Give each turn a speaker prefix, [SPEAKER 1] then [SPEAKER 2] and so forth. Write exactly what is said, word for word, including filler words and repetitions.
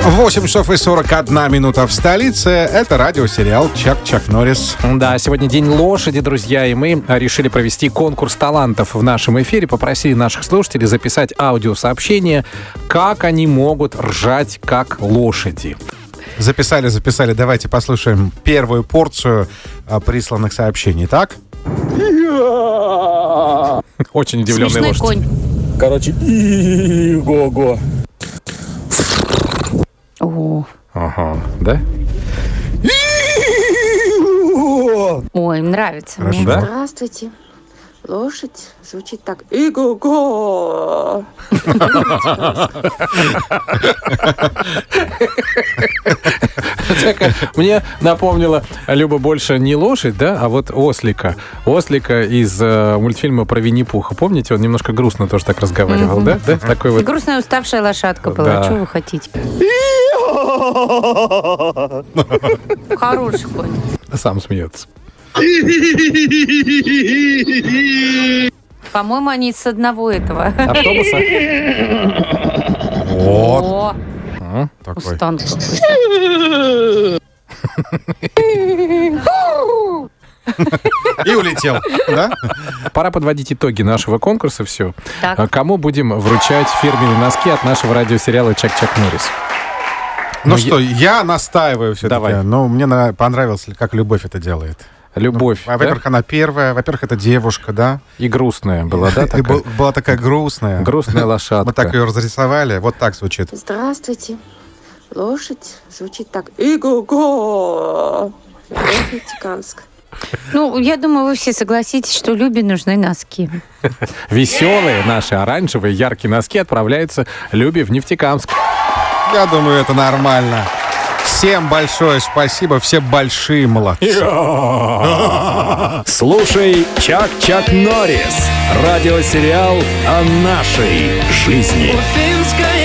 [SPEAKER 1] восемь часов и сорок одна минута в столице. Это радиосериал «Чак-Чак Норрис».
[SPEAKER 2] Да, сегодня день лошади, друзья, и мы решили провести конкурс талантов в нашем эфире. Попросили наших слушателей записать аудиосообщение, как они могут ржать как лошади.
[SPEAKER 1] Записали, записали. Давайте послушаем первую порцию а, присланных сообщений. Так?
[SPEAKER 2] Очень удивленный
[SPEAKER 3] Смешной
[SPEAKER 2] лошадь.
[SPEAKER 3] конь.
[SPEAKER 4] Короче, и-го-го.
[SPEAKER 3] О,
[SPEAKER 2] Ага, да?
[SPEAKER 3] ой, нравится
[SPEAKER 1] Хорошо.
[SPEAKER 3] мне.
[SPEAKER 2] Да?
[SPEAKER 5] Здравствуйте. Лошадь звучит так. Иго-го.
[SPEAKER 2] Мне напомнила Люба больше не лошадь, да, а вот ослика. Ослика из э, мультфильма про Винни-Пуха. Помните, он немножко грустно тоже так разговаривал, да? Да? Такой вот.
[SPEAKER 3] Грустная уставшая лошадка была.
[SPEAKER 2] Да.
[SPEAKER 3] Что вы хотите? Хороший конь.
[SPEAKER 2] Сам смеется.
[SPEAKER 3] По-моему, они с одного этого.
[SPEAKER 2] Автобуса.
[SPEAKER 1] Вот.
[SPEAKER 3] О,
[SPEAKER 2] А,
[SPEAKER 1] Такой.
[SPEAKER 3] устанк какой-то.
[SPEAKER 1] И улетел. Да?
[SPEAKER 2] Пора подводить итоги нашего конкурса. Все.
[SPEAKER 3] Так.
[SPEAKER 2] Кому будем вручать фирменные носки от нашего радиосериала «Чак-Чак Норрис»?
[SPEAKER 1] Ну
[SPEAKER 2] Ну,
[SPEAKER 1] что, я настаиваю все-таки.
[SPEAKER 2] Давай.
[SPEAKER 1] Но мне на- понравилось, как Любовь это делает.
[SPEAKER 2] Любовь.
[SPEAKER 1] Ну,
[SPEAKER 2] да?
[SPEAKER 1] во-первых, она первая. Во-первых, это девушка, да?
[SPEAKER 2] И грустная была, да?
[SPEAKER 1] И
[SPEAKER 2] Такая?
[SPEAKER 1] был- была такая грустная.
[SPEAKER 2] Грустная лошадка.
[SPEAKER 1] Мы так ее разрисовали. Вот так звучит.
[SPEAKER 5] Здравствуйте. Лошадь звучит так. Иго-го. Нефтекамск.
[SPEAKER 3] Ну, я думаю, вы все согласитесь, что Любе нужны носки.
[SPEAKER 2] Веселые наши оранжевые яркие носки отправляются Любе в Нефтекамск.
[SPEAKER 1] Я думаю, это нормально. Всем большое спасибо. Все большие молодцы.
[SPEAKER 6] Слушай «Чак-Чак Норрис». Радиосериал о нашей жизни.
[SPEAKER 7] Уфимская